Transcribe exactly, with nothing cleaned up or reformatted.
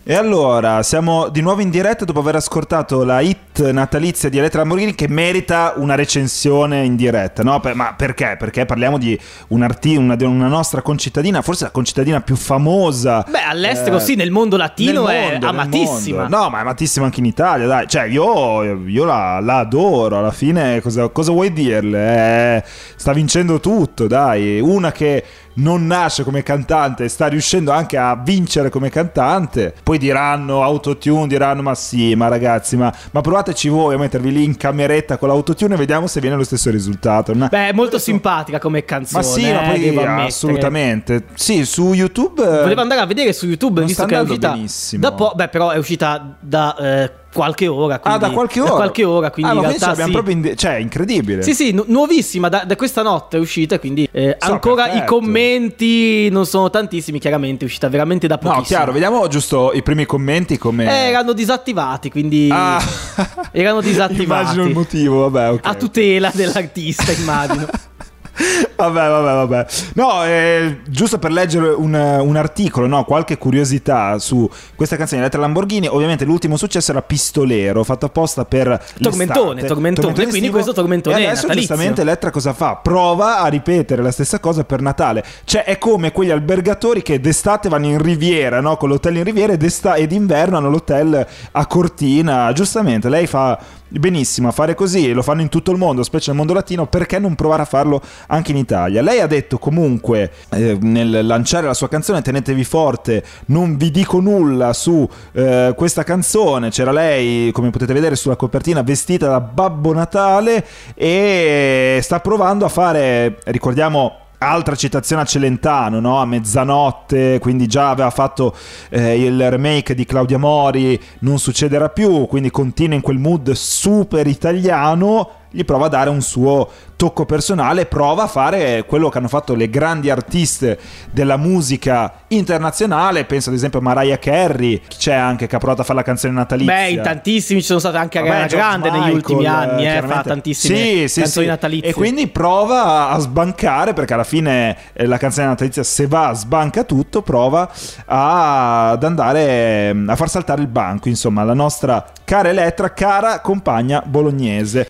E allora, siamo di nuovo in diretta dopo aver ascoltato la hit natalizia di Elettra Lamborghini, che merita una recensione in diretta, no? Per, ma perché? Perché parliamo di un arti- una, di una nostra concittadina, forse la concittadina più famosa. Beh, all'estero eh, sì, nel mondo latino nel è mondo, amatissima. Mondo. No, ma è amatissima anche in Italia, dai. Cioè, io, io la, la adoro, alla fine cosa, cosa vuoi dirle? Eh, sta vincendo tutto, dai. Una che non nasce come cantante, sta riuscendo anche a vincere come cantante. Poi diranno autotune, diranno ma sì, ma ragazzi, ma, ma provateci voi a mettervi lì in cameretta con l'autotune e vediamo se viene lo stesso risultato. Una... Beh, è molto simpatica come canzone. Ma sì, eh, ma poi devo assolutamente. Sì, su YouTube volevo andare a vedere su YouTube, non visto sta che è andando uscita benissimo. da po', beh, però è uscita da eh, qualche ora, quindi, ah, da qualche ora? Da qualche ora, quindi ah, in ma realtà abbiamo sì. proprio in... cioè, incredibile. Sì, sì, nu- nuovissima, da, da questa notte è uscita, quindi eh, So, ancora perfetto. i commenti non sono tantissimi, chiaramente è uscita veramente da pochissimo. No, chiaro, vediamo giusto i primi commenti come... Eh, erano disattivati, quindi ah. erano disattivati. Immagino il motivo, vabbè, ok. A tutela dell'artista, immagino. Vabbè, vabbè, vabbè. No, eh, giusto per leggere un, un articolo, no, qualche curiosità su questa canzone di Elettra Lamborghini. Ovviamente l'ultimo successo era Pistolero, fatto apposta per Tormentone, l'estate. tormentone, quindi estivo. questo tormentone e è adesso natalizio. giustamente Elettra cosa fa? Prova a ripetere la stessa cosa per Natale. Cioè è come quegli albergatori che d'estate vanno in Riviera, no, con l'hotel in Riviera, ed, esta- ed d'inverno hanno l'hotel a Cortina. Giustamente lei fa benissimo a fare così, lo fanno in tutto il mondo, specie nel mondo latino, perché non provare a farlo anche in Italia? Lei ha detto comunque eh, nel lanciare la sua canzone "Tenetevi forte, non vi dico nulla" su eh, questa canzone. C'era lei, come potete vedere sulla copertina, vestita da Babbo Natale, e sta provando a fare, ricordiamo, altra citazione a Celentano, no? A mezzanotte, quindi già aveva fatto eh, il remake di Claudia Mori, Non succederà più, quindi continua in quel mood super italiano. Gli prova a dare un suo tocco personale, prova a fare quello che hanno fatto le grandi artiste della musica internazionale. Penso ad esempio a Mariah Carey, c'è anche che ha provato a fare la canzone natalizia. Beh, in tantissimi ci sono state, anche Ariana Grande negli ultimi anni, eh, fa tantissime sì, sì, canzoni sì. natalizie. E quindi prova a sbancare, perché alla fine eh, la canzone natalizia, se va, sbanca tutto. Prova a, ad andare a far saltare il banco, insomma, la nostra cara Elettra, cara compagna bolognese.